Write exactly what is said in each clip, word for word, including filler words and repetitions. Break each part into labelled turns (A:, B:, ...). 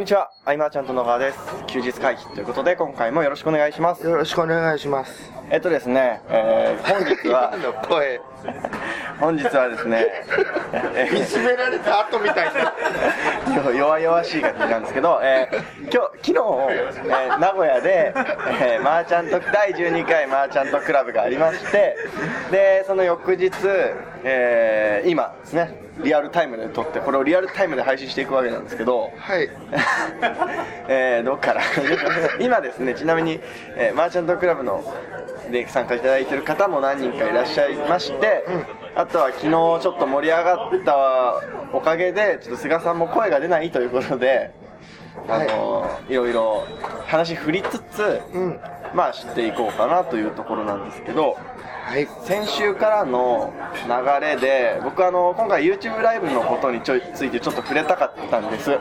A: にちは、アイマーちゃんと野川です。休日会議ということで今回もよろしくお願いします。
B: よろしくお願いします。
A: えっとですね、えー、本日は
B: の声
A: 本日はですね
B: 見つめられた後みたいな
A: 弱々しい感じなんですけど、えー、今日昨日、えー、名古屋で、えー、マーチャントだいじゅうにかいマーチャントクラブがありまして、でその翌日、えー、今ですねリアルタイムで撮ってこれをリアルタイムで配信していくわけなんですけど、
B: はい
A: えー、どっから今ですね、ちなみに、えー、マーチャントクラブので参加いただいている方も何人かいらっしゃいまして、うん、あとは昨日ちょっと盛り上がったおかげでちょっと菅さんも声が出ないということで、あの、はい、いろいろ話振りつつ、うん、まあ知っていこうかなというところなんですけど、はい、先週からの流れで僕あの今回 YouTube ライブのことにちょいついてちょっと触れたかったんです、はい、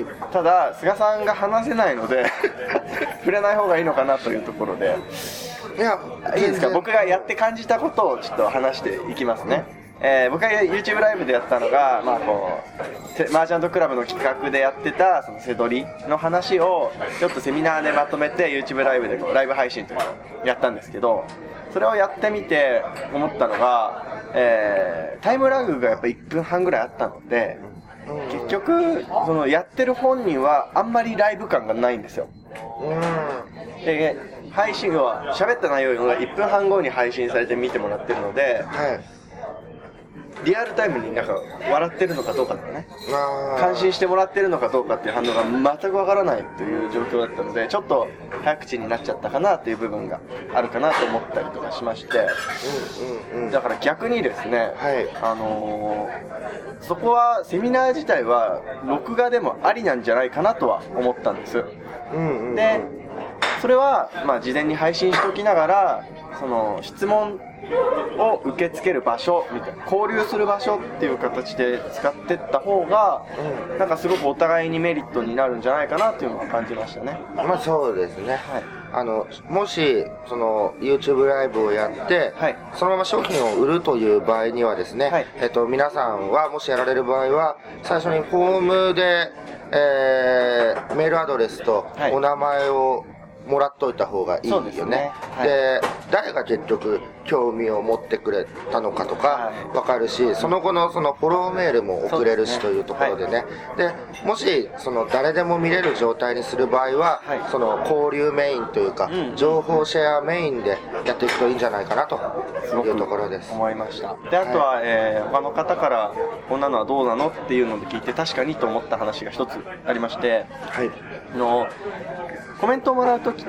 A: ただ菅さんが話せないので触れない方がいいのかなというところで、いやいいですか、僕がやって感じたことをちょっと話していきますね、うん、えー、僕が YouTube ライブでやったのが、まあ、こうマーチャントクラブの企画でやってたそのセドリの話をちょっとセミナーでまとめて YouTube ライブでこうライブ配信というのをやったんですけど、それをやってみて思ったのが、えー、タイムラグがやっぱいっぷんはんぐらいあったので、結局そのやってる本人はあんまりライブ感がないんですよ。で配信は喋った内容がいっぷんはんごに配信されて見てもらってるので、はい、リアルタイムになんか笑ってるのかどうかとかね、感心してもらってるのかどうかっていう反応が全くわからないという状況だったので、ちょっと早口になっちゃったかなっていう部分があるかなと思ったりとかしまして、うんうんうん、だから逆にですね、はい、あのー、そこはセミナー自体は録画でもありなんじゃないかなとは思ったんです、うんうんうん、でそれはまあ事前に配信しておきながらその質問を受け付ける場所みたいな交流する場所っていう形で使っていった方が、うん、なんかすごくお互いにメリットになるんじゃないかなっていうのは感じましたね。
B: まあそうですね、はい、あのもしその YouTube ライブをやって、はい、そのまま商品を売るという場合にはですね、はい、えっと、皆さんはもしやられる場合は最初にフォームで、えー、メールアドレスとお名前をもらっといた方がいいよね。 で、ね、はい、で誰が結局興味を持ってくれたのかとか分かるし、はい、その後のそのフォローメールも送れるしというところでね、でもしその誰でも見れる状態にする場合は、はい、その交流メインというか、うん、情報シェアメインでやっていくといいんじゃないかなというところです。
A: 思いました。であとは、はい、えー、他の方からこんなのはどうなのっていうので聞いて確かにと思った話が一つありまして、はい、のコメントをもらうときって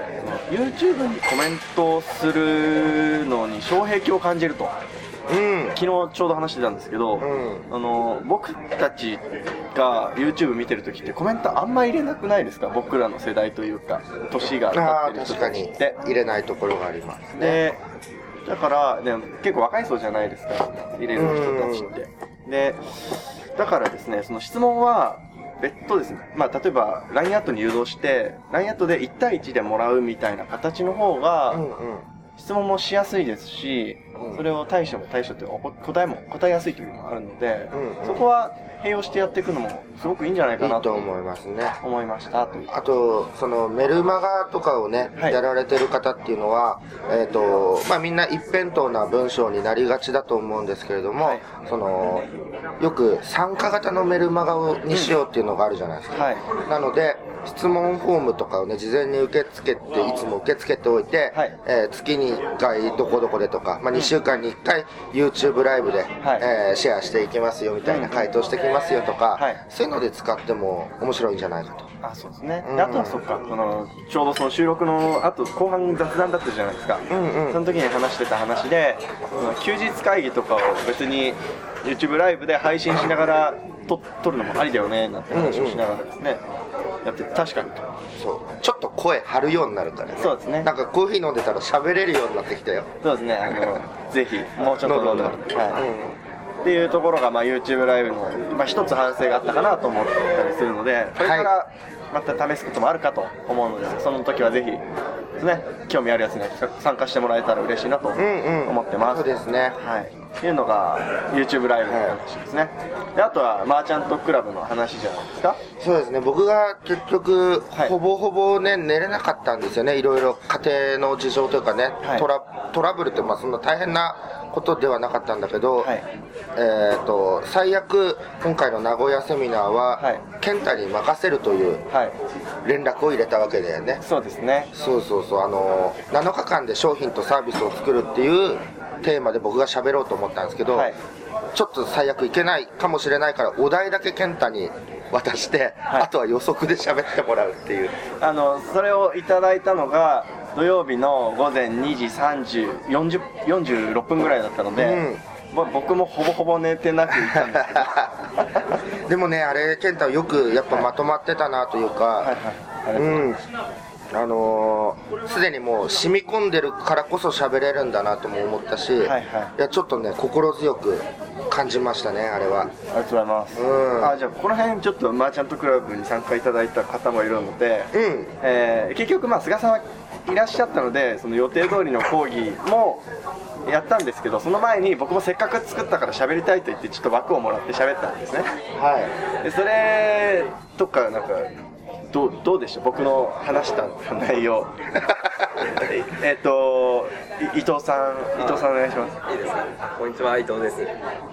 A: YouTube にコメントをするのに障壁を感じると、うん、昨日ちょうど話してたんですけど、うん、あの僕たちが YouTube 見てるときってコメントあんま入れなくないですか？僕らの世代というか年が経ってる人たちって
B: 確かに入れないところがありますね。
A: でだから、ね、結構若い層じゃないですか、入れる人たちって、うん、でだからですね、その質問は別途ですね、まあ、例えば ライン アットに誘導して ライン アットでいち対いちでもらうみたいな形の方が、うんうん、質問もしやすいですし、うん、それを対処も対処というか答えも答えやすいというのがあるので、うんうん、そこは併用してやっていくのもすごくいいんじゃないかなと
B: いいと思いますね。
A: 思いましたという。
B: あとそのメルマガとかをね、はい、やられてる方っていうのは、えーとまあ、みんな一辺倒な文章になりがちだと思うんですけれども、はい、そのよく参加型のメルマガをにしようっていうのがあるじゃないですか、うん、はい、なので質問フォームとかをね事前に受け付けていつも受け付けておいて、はい、えー、月にいっかいどこどこでとか、まあ、にしゅうかんにいっかい YouTube ライブで、はい、えー、シェアしていきますよみたいな、回答してきますよとか、はい、そういうので使っても面白いんじゃないかと。
A: あ、そうですね、うん、あとはそっか、そのちょうどその収録のあと後半雑談だったじゃないですか、うんうん、その時に話してた話で休日会議とかを別に YouTube ライブで配信しながらと撮るのもありだよねなんて話をしながらですね、うんうん、やって確かにと、
B: そうちょっと声張るようになるからね。
A: そうですね、
B: なんかコーヒー飲んでたら喋れるようになってきたよ。
A: そうですね、あのぜひもうちょっと飲んでもらって、はい、うん、っていうところが、まあ、YouTube ライブの、まあ、一つ反省があったかなと思ったりするので、これからまた試すこともあるかと思うので、その時はぜひですね、興味あるやつには参加してもらえたら嬉しいなと思ってます、
B: うんうん、そうですね、
A: はい。 いうのが YouTube ライブの話ですね、はい、であとはマーチャントクラブの話じゃないですか。
B: そうですね、僕が結局、はい、ほぼほぼね寝れなかったんですよね。いろいろ家庭の事情というかね、はい、トラトラブルってまあそんな大変なことではなかったんだけど、はい、えーと最悪今回の名古屋セミナーは、はい、健太に任せるという連絡を入れたわけだよね。
A: そうですね。
B: そうそうそう、あのなのかかんで商品とサービスを作るっていうテーマで僕が喋ろうと思ったんですけど、はい、ちょっと最悪いけないかもしれないからお題だけ健太に渡して、はい、あとは予測で喋ってもらうっていう、
A: あのそれをいただいたのが土曜日のごぜんにじさんじゅう、よんじゅう、よんじゅうろっぷんぐらいだったので、うん、僕もほぼほぼ寝てなく行ったんですけど
B: でもね、あれ健太はよくやっぱまとまってたなというか、はいはいはい、うんあのー、すでにもう染み込んでるからこそ喋れるんだなとも思ったし、はいはい、いやちょっとね心強く感じましたね、あれは。
A: ありがとうございます、うん、あじゃあこの辺ちょっとマーチャントクラブに参加いただいた方もいるので、うんえー、結局まあ菅さんはいらっしゃったのでその予定通りの講義もやったんですけど、その前に僕もせっかく作ったから喋りたいと言ってちょっと枠をもらって喋ったんですね。はい。でそれとかなんかどう、どうでした僕の話した内容えっと伊藤さん伊藤さんお願いします。
C: いいですか。こんにちは、伊藤です。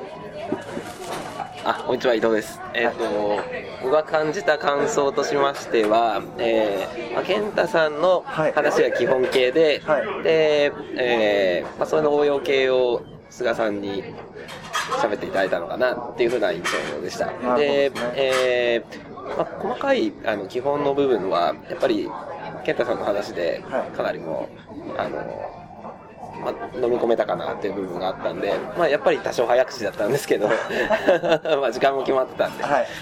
C: あ、こんにちは、伊藤です。えっと、はい、僕が感じた感想としましては、えーまあ、健太さんの話が基本形で、はいはい、で、えーまあ、それの応用形を菅さんに喋っていただいたのかなっていうふうな印象でした。で、えーまあ、細かいあの基本の部分はやっぱり健太さんの話でかなりもう、あのまあ、飲み込めたかなっていう部分があったんで、まあ、やっぱり多少早口だったんですけどまあ時間も決まってたんで、はいはい、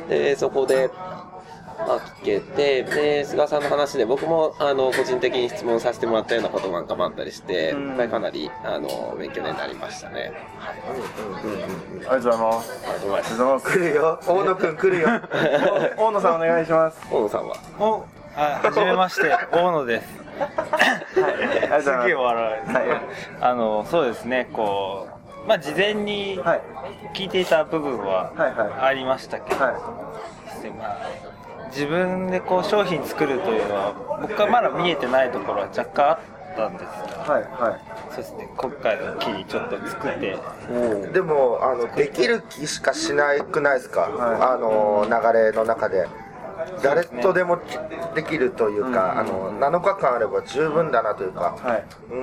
C: でそこで、まあ、聞けて、で菅さんの話で僕もあの個人的に質問させてもらったようなことなんかもあったりして、やっぱりかなりあの勉強になりましたね。はい、
A: うんうんうん、ありがとうございます。
B: ありがとうございます。来るよ、大野くん来るよ
A: 大野さんお願いします。
C: 大野さんは
D: おあはじめまして大野です。はい、すげえ笑い、はい、あのそうですね、こうまあ事前に聞いていた部分はありましたけど、はいはいはいまあ、自分でこう商品作るというのは僕はまだ見えてないところは若干あったんですが、はいはい、そうですね、今回の機にちょっと作って、
B: うん、でもあのできる気しかしないくないですか、はい、あの流れの中で誰とでもできるというか、うん、あのなのかかんあれば十分だなというか、はいうん、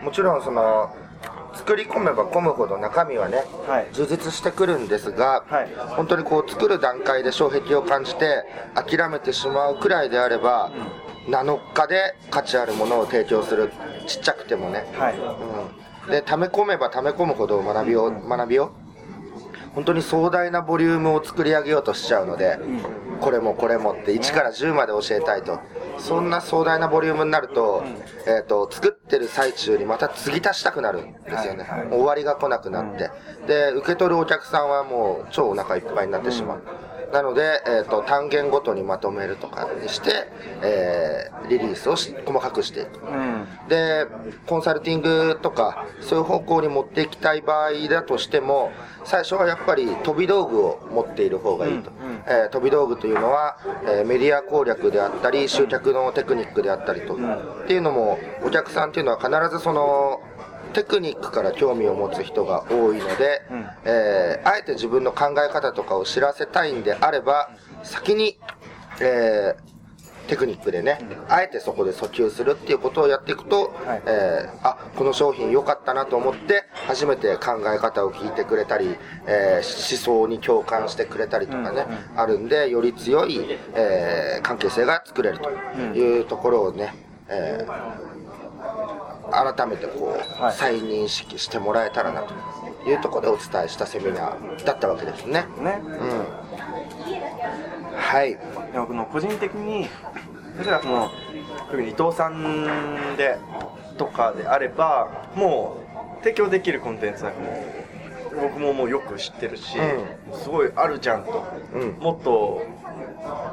B: もちろんその作り込めば込むほど中身はね、はい、充実してくるんですが、はい、本当にこう作る段階で障壁を感じて諦めてしまうくらいであれば、うん、なのかで価値あるものを提供する、ちっちゃくてもね、はいうん、で溜め込めば溜め込むほど学びを、うん、学びを本当に壮大なボリュームを作り上げようとしちゃうので、うん、これもこれもっていちからじゅうまで教えたいと、そんな壮大なボリュームになると、うんえー、と作ってる最中にまた継ぎ足したくなるんですよね、はいはい、終わりが来なくなって、うん、で受け取るお客さんはもう超お腹いっぱいになってしまう、うん、なので、えー、と単元ごとにまとめるとかにして、えー、リリースをし細かくしていく、うん、でコンサルティングとかそういう方向に持っていきたい場合だとしても、最初はやっぱり飛び道具を持っている方がいいと、うんうんえー、飛び道具というのは、えー、メディア攻略であったり集客のテクニックであったりと、うん、っていうのもお客さんっていうのは必ずそのテクニックから興味を持つ人が多いので、うんえー、あえて自分の考え方とかを知らせたいんであれば先に、えーテクニックでね、あえてそこで訴求するっていうことをやっていくと、はいえー、あこの商品良かったなと思って初めて考え方を聞いてくれたり、えー、思想に共感してくれたりとかね、うんうん、あるんでより強い、えー、関係性が作れるというところをね、えー、改めてこう、はい、再認識してもらえたらなというところでお伝えしたセミナーだったわけですね。ねうんはい、
A: 僕の個人的に例えばその特に伊藤さんでとかであればもう提供できるコンテンツはもう僕ももうよく知ってるし、うん、すごいあるじゃんと、うん、もっと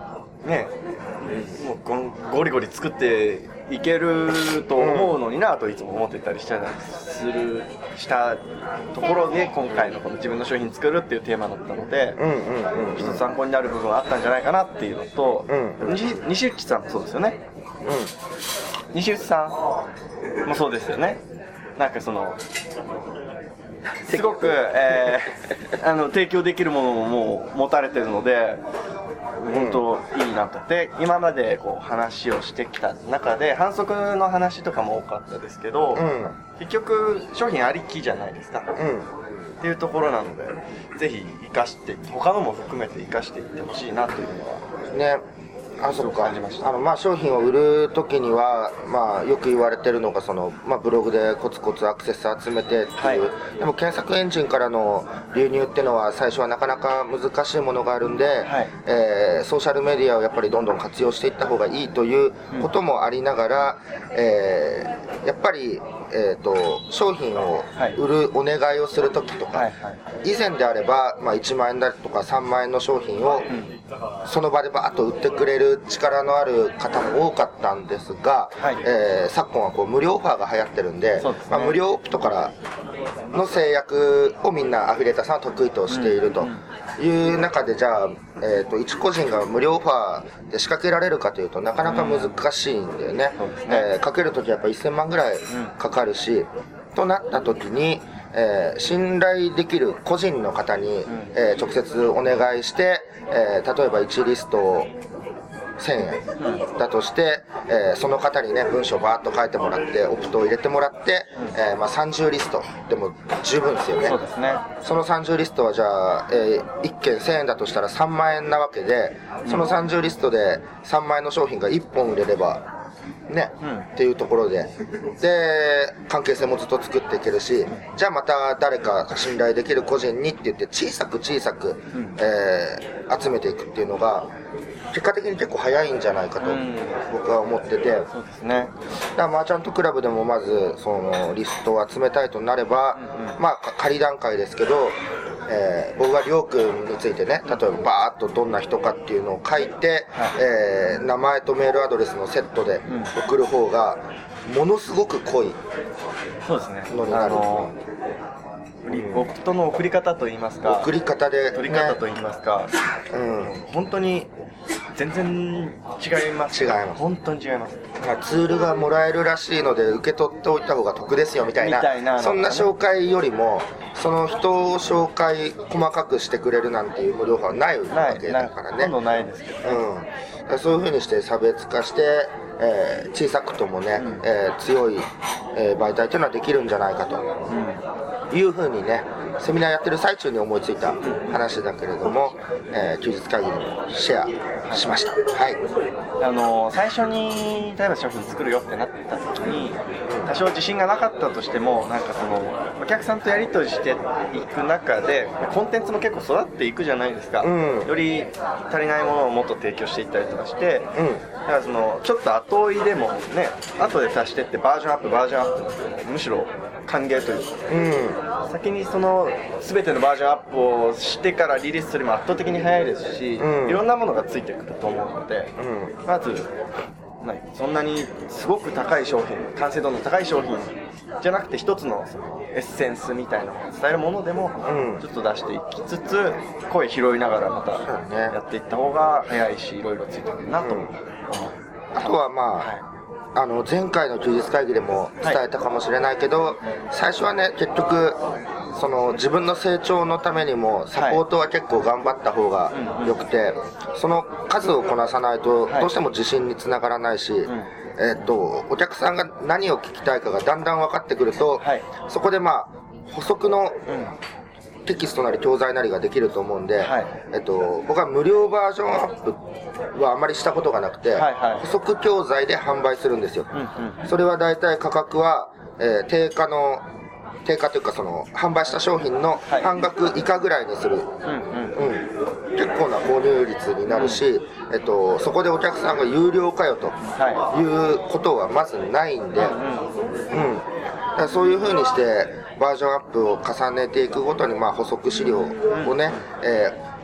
A: ねもうゴリゴリ作っていけると思うのになといつも思ってたりしたするしたところで今回のこの自分の商品作るっていうテーマだったので、一つ参考になる部分はあったんじゃないかなっていうのと、うん、西, 西内さんもそうですよね、うん、西内さんもそうですよね。なんかそのすごく、えー、あの提供できるものももう持たれてるので本当いいなと。で今までこう話をしてきた中で反則の話とかも多かったですけど、うん、結局商品ありきじゃないですか、うん、っていうところなのでぜひ生かして他のも含めて生かしていってほしいなというのは
B: ね。あ、そうか。あのまあ商品を売るときにはまあよく言われてるのがそのまあブログでコツコツアクセス集めてっていう、はい、でも検索エンジンからの流入っていうのは最初はなかなか難しいものがあるんで、はい、えー、ソーシャルメディアをやっぱりどんどん活用していった方がいいということもありながら、うん、えー、やっぱりえー、と商品を売るお願いをするときとか、はいはい、以前であれば、まあ、いちまんえんだとかさんまんえんの商品をその場でバーッと売ってくれる力のある方も多かったんですが、はい、えー、昨今はこう無料オファーが流行ってるん で, で、ね、まあ、無料オプトからの制約をみんなアフィリエーターさんは得意としているという中で、じゃあ、えー、と一個人が無料オファーで仕掛けられるかというとなかなか難しいんだよね、うん、えー、かけるときはやっぱいっせんまんぐらいかかるし、うん、となったときに、えー、信頼できる個人の方に、うん、えー、直接お願いして、えー、例えばいちリストせんえんだとして、えー、その方にね文章をバーッと書いてもらってオプトを入れてもらって、えーまあ、さんじゅうリストでも十分ですよね。
A: そうですね。
B: そのさんじゅうリストはじゃあ、えー、いっけんせんえんだとしたらさんまんえんなわけで、そのさんじゅうリストでさんまんえんの商品がいっぽん売れればね、うん、っていうところでで関係性もずっと作っていけるし、じゃあまた誰か信頼できる個人にって言って小さく小さく、うん、えー、集めていくっていうのが結果的に結構早いんじゃないかと僕は思ってて、うん、
A: そうですね。
B: だからマーチャントクラブでもまずそのリストを集めたいとなれば、うんうん、まあ仮段階ですけど、えー、僕がりょうくんについてね、例えばバーッとどんな人かっていうのを書いて、はい、えー、名前とメールアドレスのセットで送る方がものすごく濃いのになる。
A: オプトの送り方といいますか、
B: 送り方で、
A: ね、取り方といいますか、うん、本当に全然違います。
B: 違います。
A: 本当に違います。
B: ツールがもらえるらしいので受け取っておいた方が得ですよみたいな、みたいな、そんな紹介よりもその人を紹介細かくしてくれるなんていう無料オファーはないわけだからね。
A: ほとんどないですけどね、
B: うん、そういう風にして差別化して、えー、小さくともね、うん、えー、強い、えー、媒体というのはできるんじゃないかと、うん、いう風にねセミナーやってる最中に思いついた話だけれども、えー、休日会議にシェアしました。はい、
A: あの最初に例えば商品作るよってなった時に多少自信がなかったとしても、なんかそのお客さんとやり取りしていく中でコンテンツも結構育っていくじゃないですか、うん、より足りないものをもっと提供していったりとかして、うん、だからそのちょっと後追いでもね、後で足してってバージョンアップバージョンアップむしろ歓迎というか、うん、先にその全てのバージョンアップをしてからリリースするよりも圧倒的に早いですし、うん、いろんなものがついてくると思うので、うん、まずそんなにすごく高い商品、完成度の高い商品じゃなくて一つのそのエッセンスみたいなのを伝えるものでもちょっと出していきつつ、声拾いながらまたやっていった方が早いし、いろいろついてくるなと思う、うん、
B: あとはまあ、はい、あの前回の休日会議でも伝えたかもしれないけど、はい、最初はね結局その自分の成長のためにもサポートは結構頑張った方がよくて、はい、その数をこなさないとどうしても自信につながらないし、はい、えー、っとお客さんが何を聞きたいかがだんだん分かってくると、はい、そこでまあ補足のテキストなり教材なりができると思うんで、はい、えっと、僕は無料バージョンアップはあまりしたことがなくて、はいはい、補足教材で販売するんですよ、うんうん、それはだいたい価格は、えー、定価の定価というかその販売した商品の半額以下ぐらいにする、はい、うんうん、結構な購入率になるし、うん、えっと、そこでお客さんが有料かよということはまずないんで、うんうん、だからそういう風にしてバージョンアップを重ねていくごとに、まあ補足資料をね、えー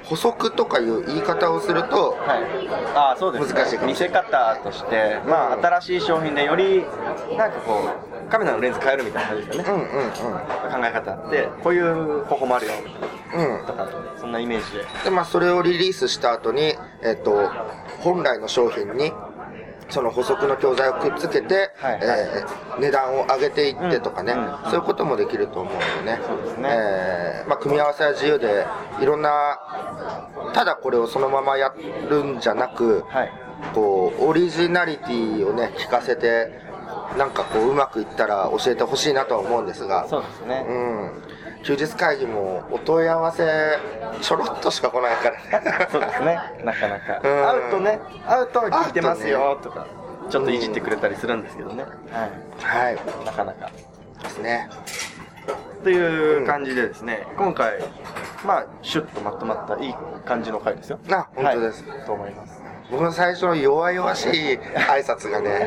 B: 補足とかいう言い方をすると、はい、
A: あそうです、ね、
B: 難しいかも
A: 見せ方として、まあ、新しい商品でよりなんかこうカメラのレンズ変えるみたいな感じですよね、うんうんうん、考え方でこういう方法もあるよみたいな、うん、とかそんなイメージで
B: で、まあ、それをリリースした後に、えっと、本来の商品にその補足の教材をくっつけて、はいはいえー、値段を上げていってとかね、うんうんうん、そういうこともできると思うのでね、そうですね、えーまあ、組み合わせは自由でいろんなただこれをそのままやるんじゃなく、はい、こうオリジナリティをね聞かせてなんかこううまくいったら教えてほしいなとは思うんですが、
A: そうですね、うん
B: 休日会議もお問い合わせちょろっとしか来ないからね
A: そうですね、なかなか、うん、会うとね会うと聞いてますよとか、ね、ちょっといじってくれたりするんですけどね、うん、はい、はい、なかなか
B: ですね
A: という感じでですね、うん、今回まあシュッとまとまったいい感じの回ですよ。
B: あ、本当です、
A: はい、と思います。
B: 僕の最初の弱々しい挨拶がね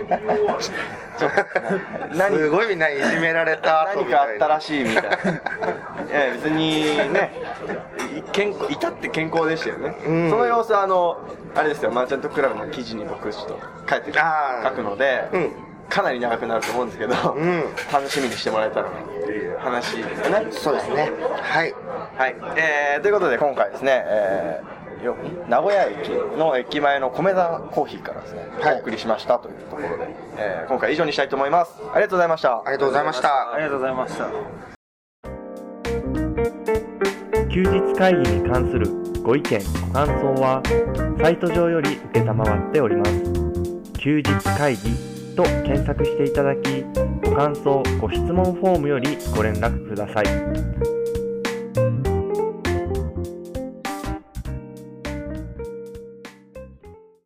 B: すごいみんないじめられた
A: 後みたいな、何かあったらしいみたいないや別にね健康至って健康でしたよね、うん、その様子はあのあれですよ、マーチャントクラブの記事に僕ちょっと書いて書くので、うん、かなり長くなると思うんですけど、うん、楽しみにしてもらえたらなっていう話ですよね。
B: そうですね、はい、
A: はい、えー、ということで今回ですね、えー名古屋駅の駅前の米田コーヒーからですね、はい、お送りしましたというところで、えー、今回以上にしたいと思います。ありがとうございました。
B: ありがとうございました。
D: ありがとうございました。
E: 休日会議に関するご意見ご感想はサイト上より受けたまわっております。休日会議と検索していただき、ご感想ご質問フォームよりご連絡ください。